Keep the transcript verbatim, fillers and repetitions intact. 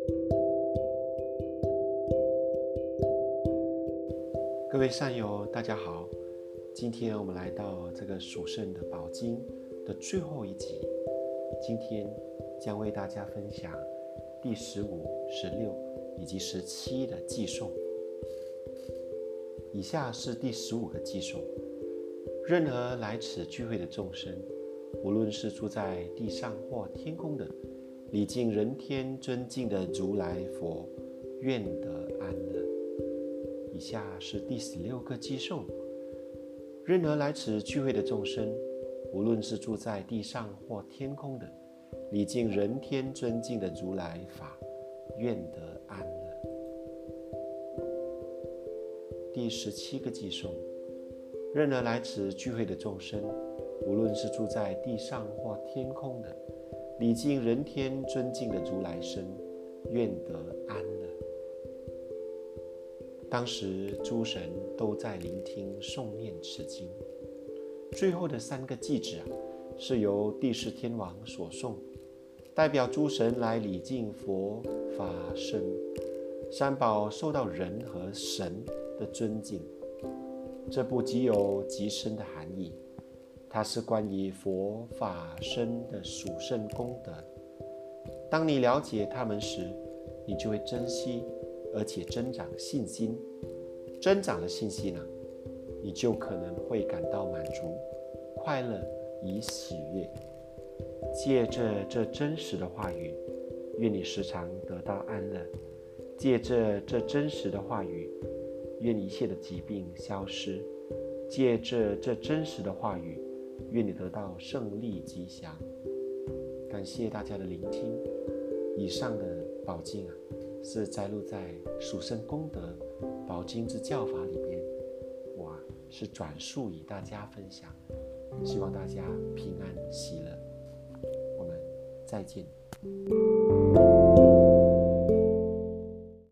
各位善友，大家好。今天我们来到这个属圣的宝经的最后一集。今天将为大家分享第十五、十六以及十七的寄颂。以下是第十五个寄颂：任何来此聚会的众生，无论是住在地上或天空的，礼敬人天尊敬的如来佛，愿得安乐。以下是第十六个寄颂：任何来此聚会的众生，无论是住在地上或天空的，礼敬人天尊敬的如来法，愿得安乐。第十七个寄颂：任何来此聚会的众生，无论是住在地上或天空的，礼敬人天尊敬的如来身，愿得安乐。当时诸神都在聆听诵念此经。最后的三个偈子啊，是由帝释天王所诵，代表诸神来礼敬佛法僧，三宝受到人和神的尊敬。这部极有极深的含义，它是关于佛法僧的属圣功德。当你了解他们时，你就会珍惜而且增长信心。增长了信心呢，你就可能会感到满足、快乐与喜悦。借着这真实的话语，愿你时常得到安乐。借着这真实的话语，愿一切的疾病消失。借着这真实的话语，愿你得到胜利吉祥。感谢大家的聆听。以上的宝经啊，是摘录在属圣功德宝经之教法里边，我啊是转述与大家分享，希望大家平安喜乐。我们再见。